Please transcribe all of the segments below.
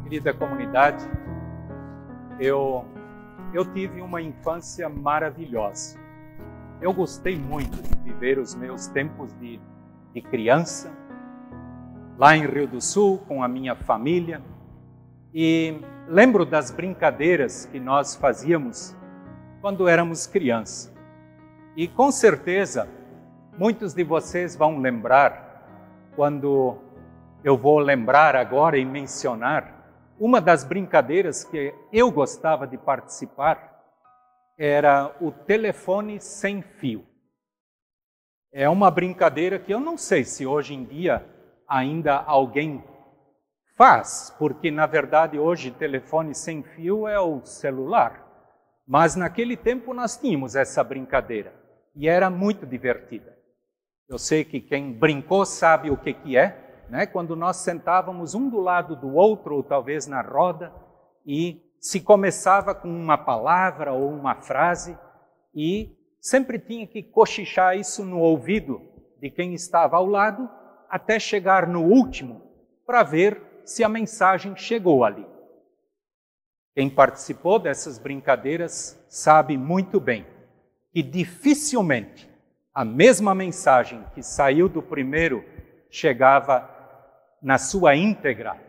Querida comunidade, eu tive uma infância maravilhosa. Eu gostei muito de viver os meus tempos de criança, lá em Rio do Sul, com a minha família. E lembro das brincadeiras que nós fazíamos quando éramos crianças. E com certeza, muitos de vocês vão lembrar, quando eu vou lembrar agora e mencionar, uma das brincadeiras que eu gostava de participar era o telefone sem fio. É uma brincadeira que eu não sei se hoje em dia ainda alguém faz, porque na verdade hoje telefone sem fio é o celular. Mas naquele tempo nós tínhamos essa brincadeira e era muito divertida. Eu sei que quem brincou sabe o que é. Quando nós sentávamos um do lado do outro, ou talvez na roda, e se começava com uma palavra ou uma frase, e sempre tinha que cochichar isso no ouvido de quem estava ao lado, até chegar no último, para ver se a mensagem chegou ali. Quem participou dessas brincadeiras sabe muito bem que dificilmente a mesma mensagem que saiu do primeiro chegava na sua íntegra,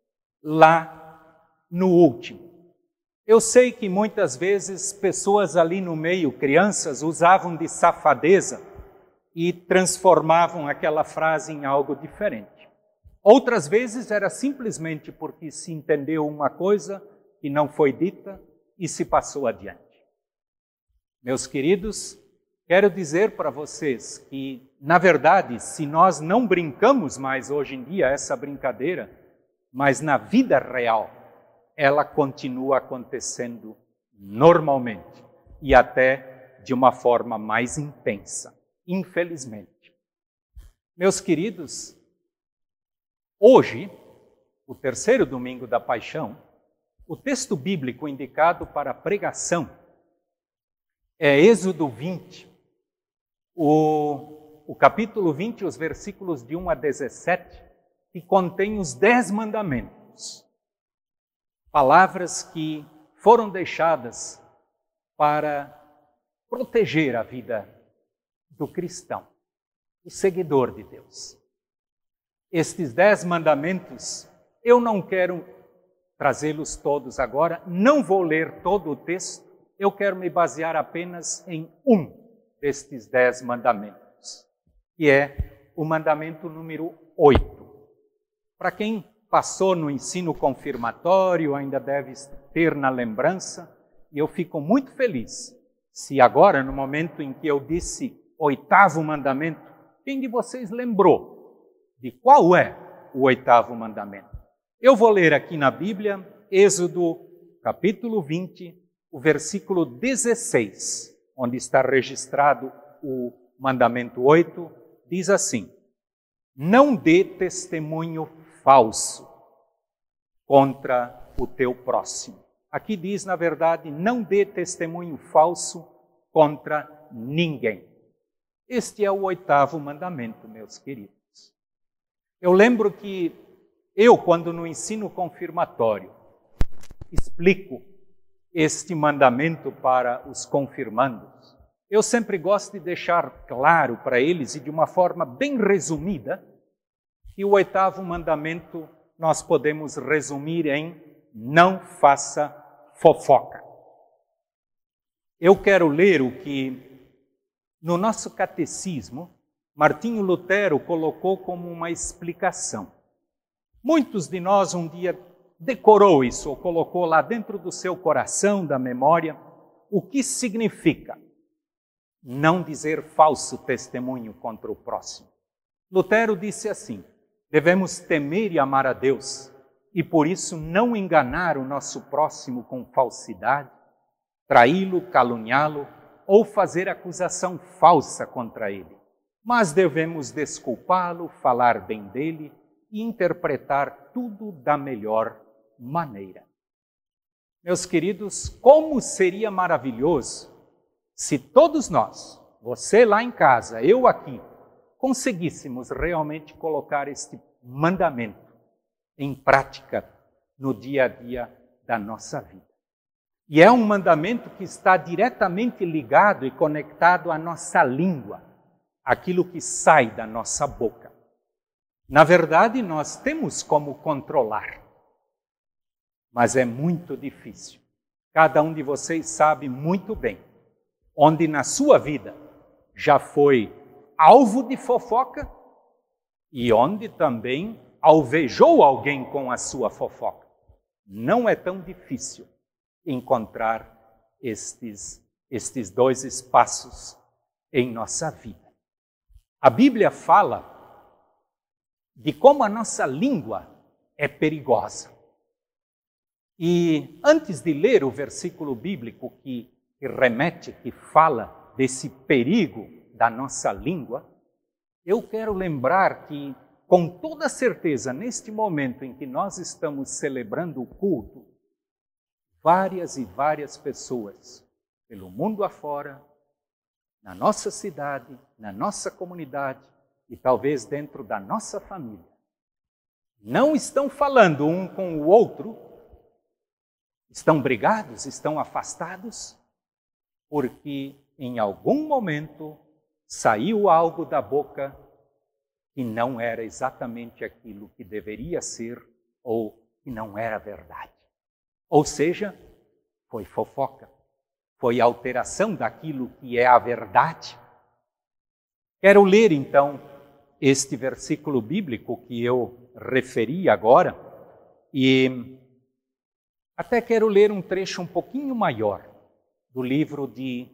lá no último. Eu sei que muitas vezes pessoas ali no meio, crianças, usavam de safadeza e transformavam aquela frase em algo diferente. Outras vezes era simplesmente porque se entendeu uma coisa que não foi dita e se passou adiante. Meus queridos, quero dizer para vocês que, na verdade, se nós não brincamos mais hoje em dia essa brincadeira, mas na vida real, ela continua acontecendo normalmente e até de uma forma mais intensa, infelizmente. Meus queridos, hoje, o terceiro domingo da Paixão, o texto bíblico indicado para a pregação é Êxodo 20, o capítulo 20, os versículos de 1 a 17, que contém os 10 mandamentos. Palavras que foram deixadas para proteger a vida do cristão, o seguidor de Deus. Estes 10 mandamentos, eu não quero trazê-los todos agora, não vou ler todo o texto, eu quero me basear apenas em um destes 10 mandamentos, que é o mandamento número 8. Para quem passou no ensino confirmatório, ainda deve ter na lembrança, e eu fico muito feliz se agora, no momento em que eu disse 8º mandamento, quem de vocês lembrou de qual é o 8º mandamento? Eu vou ler aqui na Bíblia, Êxodo capítulo 20, o versículo 16, onde está registrado o mandamento 8, diz assim: não dê testemunho falso contra o teu próximo. Aqui diz, na verdade, não dê testemunho falso contra ninguém. Este é o 8º mandamento, meus queridos. Eu lembro que quando no ensino confirmatório explico este mandamento para os confirmandos, eu sempre gosto de deixar claro para eles, e de uma forma bem resumida, que o 8º mandamento nós podemos resumir em não faça fofoca. Eu quero ler o que no nosso catecismo Martinho Lutero colocou como uma explicação. Muitos de nós um dia decorou isso, ou colocou lá dentro do seu coração, da memória, o que significa não dizer falso testemunho contra o próximo. Lutero disse assim: devemos temer e amar a Deus, e por isso não enganar o nosso próximo com falsidade, traí-lo, caluniá-lo ou fazer acusação falsa contra ele. Mas devemos desculpá-lo, falar bem dele e interpretar tudo da melhor maneira. Meus queridos, como seria maravilhoso se todos nós, você lá em casa, eu aqui, conseguíssemos realmente colocar este mandamento em prática no dia a dia da nossa vida. E é um mandamento que está diretamente ligado e conectado à nossa língua, aquilo que sai da nossa boca. Na verdade, nós temos como controlar, mas é muito difícil. Cada um de vocês sabe muito bem onde na sua vida já foi alvo de fofoca e onde também alvejou alguém com a sua fofoca. Não é tão difícil encontrar estes dois espaços em nossa vida. A Bíblia fala de como a nossa língua é perigosa. E antes de ler o versículo bíblico que remete, que fala desse perigo da nossa língua, eu quero lembrar que, com toda certeza, neste momento em que nós estamos celebrando o culto, várias e várias pessoas, pelo mundo afora, na nossa cidade, na nossa comunidade e talvez dentro da nossa família, não estão falando um com o outro, estão brigados, estão afastados, porque em algum momento saiu algo da boca que não era exatamente aquilo que deveria ser ou que não era verdade. Ou seja, foi fofoca, foi alteração daquilo que é a verdade. Quero ler então este versículo bíblico que eu referi agora e até quero ler um trecho um pouquinho maior do livro de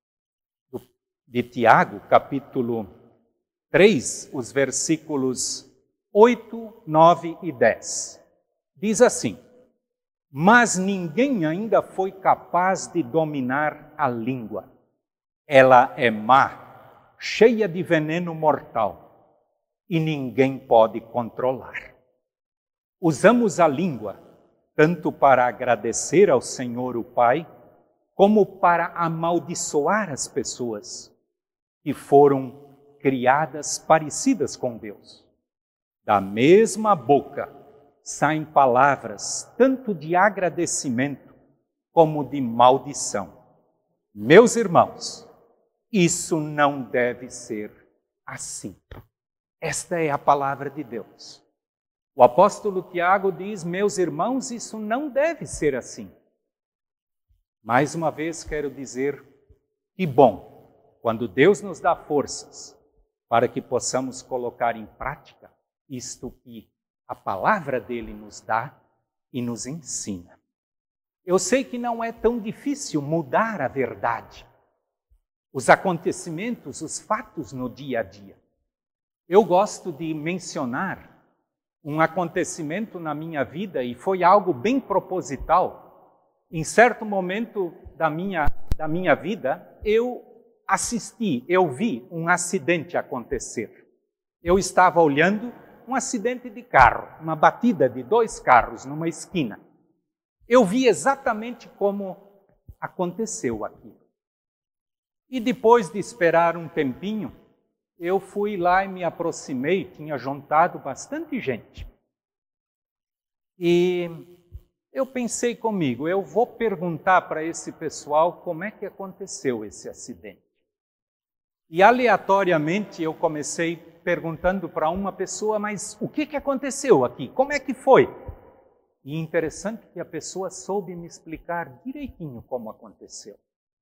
Tiago, capítulo 3, os versículos 8, 9 e 10. Diz assim: mas ninguém ainda foi capaz de dominar a língua. Ela é má, cheia de veneno mortal, e ninguém pode controlar. Usamos a língua tanto para agradecer ao Senhor o Pai, como para amaldiçoar as pessoas que foram criadas parecidas com Deus. Da mesma boca saem palavras tanto de agradecimento como de maldição. Meus irmãos, isso não deve ser assim. Esta é a palavra de Deus. O apóstolo Tiago diz: meus irmãos, isso não deve ser assim. Mais uma vez quero dizer que bom, quando Deus nos dá forças para que possamos colocar em prática isto que a palavra dele nos dá e nos ensina. Eu sei que não é tão difícil mudar a verdade, os acontecimentos, os fatos no dia a dia. Eu gosto de mencionar um acontecimento na minha vida e foi algo bem proposital. Em certo momento da minha vida, eu vi um acidente acontecer. Eu estava olhando um acidente de carro, uma batida de 2 carros numa esquina. Eu vi exatamente como aconteceu aquilo. E depois de esperar um tempinho, eu fui lá e me aproximei, tinha juntado bastante gente. E eu pensei comigo, eu vou perguntar para esse pessoal como é que aconteceu esse acidente. E aleatoriamente eu comecei perguntando para uma pessoa, mas o que aconteceu aqui? Como é que foi? E interessante que a pessoa soube me explicar direitinho como aconteceu.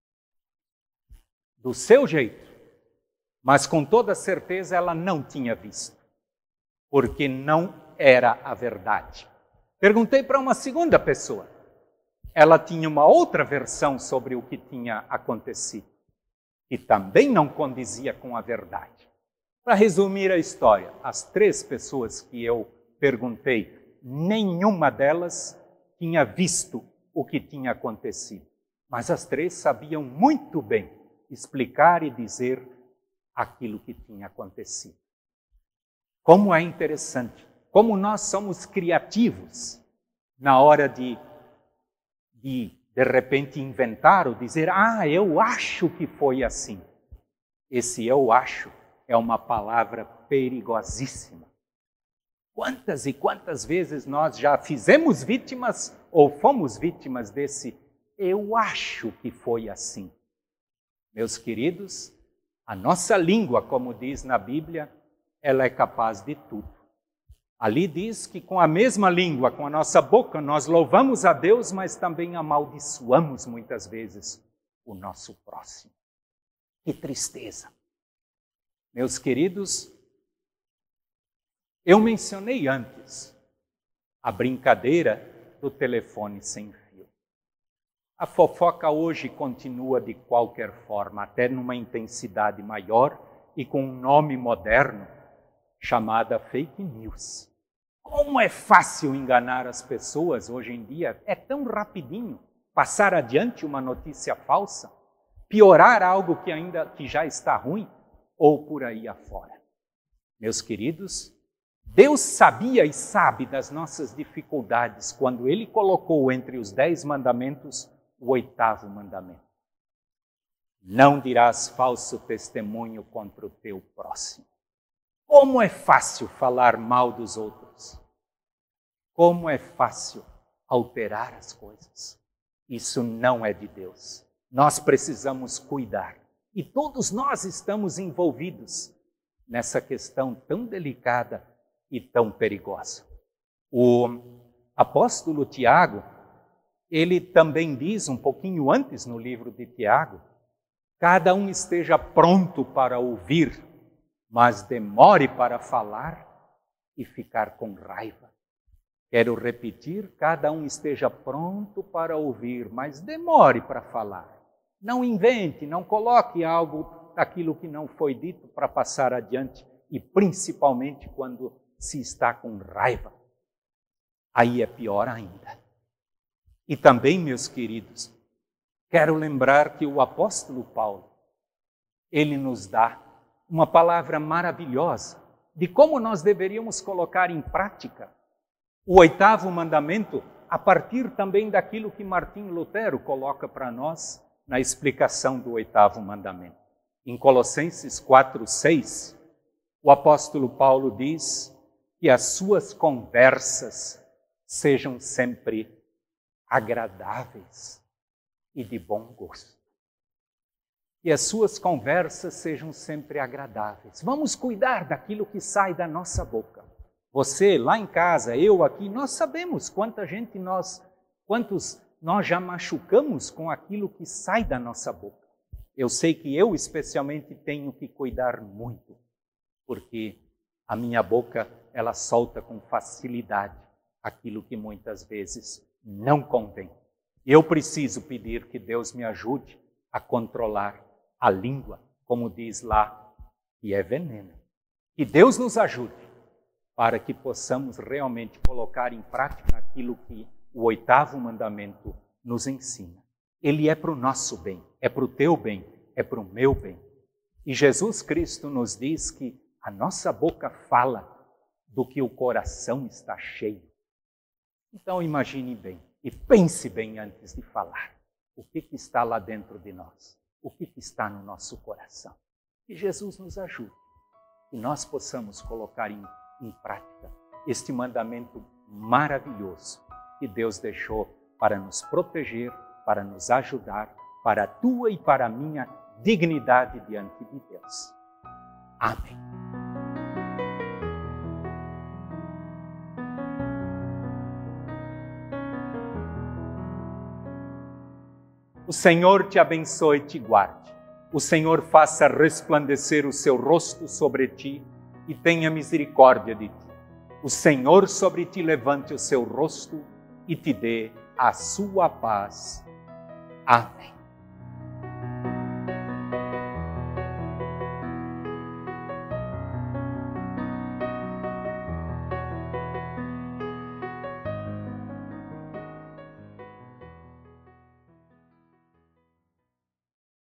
Do seu jeito. Mas com toda certeza ela não tinha visto, porque não era a verdade. Perguntei para uma segunda pessoa. Ela tinha uma outra versão sobre o que tinha acontecido, que também não condizia com a verdade. Para resumir a história, as 3 pessoas que eu perguntei, nenhuma delas tinha visto o que tinha acontecido. Mas as 3 sabiam muito bem explicar e dizer aquilo que tinha acontecido. Como é interessante, como nós somos criativos na hora de repente inventar ou dizer, eu acho que foi assim. Esse eu acho é uma palavra perigosíssima. Quantas e quantas vezes nós já fizemos vítimas ou fomos vítimas desse "eu acho que foi assim"? Meus queridos, a nossa língua, como diz na Bíblia, ela é capaz de tudo. Ali diz que com a mesma língua, com a nossa boca, nós louvamos a Deus, mas também amaldiçoamos muitas vezes o nosso próximo. Que tristeza! Meus queridos, eu mencionei antes a brincadeira do telefone sem fio. A fofoca hoje continua de qualquer forma, até numa intensidade maior e com um nome moderno, chamada fake news. Como é fácil enganar as pessoas hoje em dia, é tão rapidinho passar adiante uma notícia falsa, piorar algo que já está ruim, ou por aí afora. Meus queridos, Deus sabia e sabe das nossas dificuldades quando Ele colocou entre os 10 mandamentos o 8º mandamento. Não dirás falso testemunho contra o teu próximo. Como é fácil falar mal dos outros. Como é fácil alterar as coisas. Isso não é de Deus. Nós precisamos cuidar. E todos nós estamos envolvidos nessa questão tão delicada e tão perigosa. O apóstolo Tiago, ele também diz, um pouquinho antes no livro de Tiago, cada um esteja pronto para ouvir, mas demore para falar e ficar com raiva. Quero repetir, cada um esteja pronto para ouvir, mas demore para falar. Não invente, não coloque algo daquilo que não foi dito para passar adiante, e principalmente quando se está com raiva. Aí é pior ainda. E também, meus queridos, quero lembrar que o apóstolo Paulo, ele nos dá uma palavra maravilhosa de como nós deveríamos colocar em prática o 8º mandamento, a partir também daquilo que Martinho Lutero coloca para nós na explicação do 8º mandamento. Em Colossenses 4:6, o apóstolo Paulo diz que as suas conversas sejam sempre agradáveis e de bom gosto. Que as suas conversas sejam sempre agradáveis. Vamos cuidar daquilo que sai da nossa boca. Você lá em casa, eu aqui, nós sabemos quantos nós já machucamos com aquilo que sai da nossa boca. Eu sei que eu especialmente tenho que cuidar muito, porque a minha boca, ela solta com facilidade aquilo que muitas vezes não convém. Eu preciso pedir que Deus me ajude a controlar a língua, como diz lá, que é veneno. Que Deus nos ajude para que possamos realmente colocar em prática aquilo que o 8º mandamento nos ensina. Ele é para o nosso bem, é para o teu bem, é para o meu bem. E Jesus Cristo nos diz que a nossa boca fala do que o coração está cheio. Então imagine bem e pense bem antes de falar. O que está lá dentro de nós? O que está no nosso coração? Que Jesus nos ajude. Que nós possamos colocar em prática este mandamento maravilhoso que Deus deixou para nos proteger, para nos ajudar, para a tua e para a minha dignidade diante de Deus. Amém. O Senhor te abençoe e te guarde. O Senhor faça resplandecer o seu rosto sobre ti e tenha misericórdia de ti. O Senhor sobre ti levante o seu rosto e te dê a sua paz. Amém.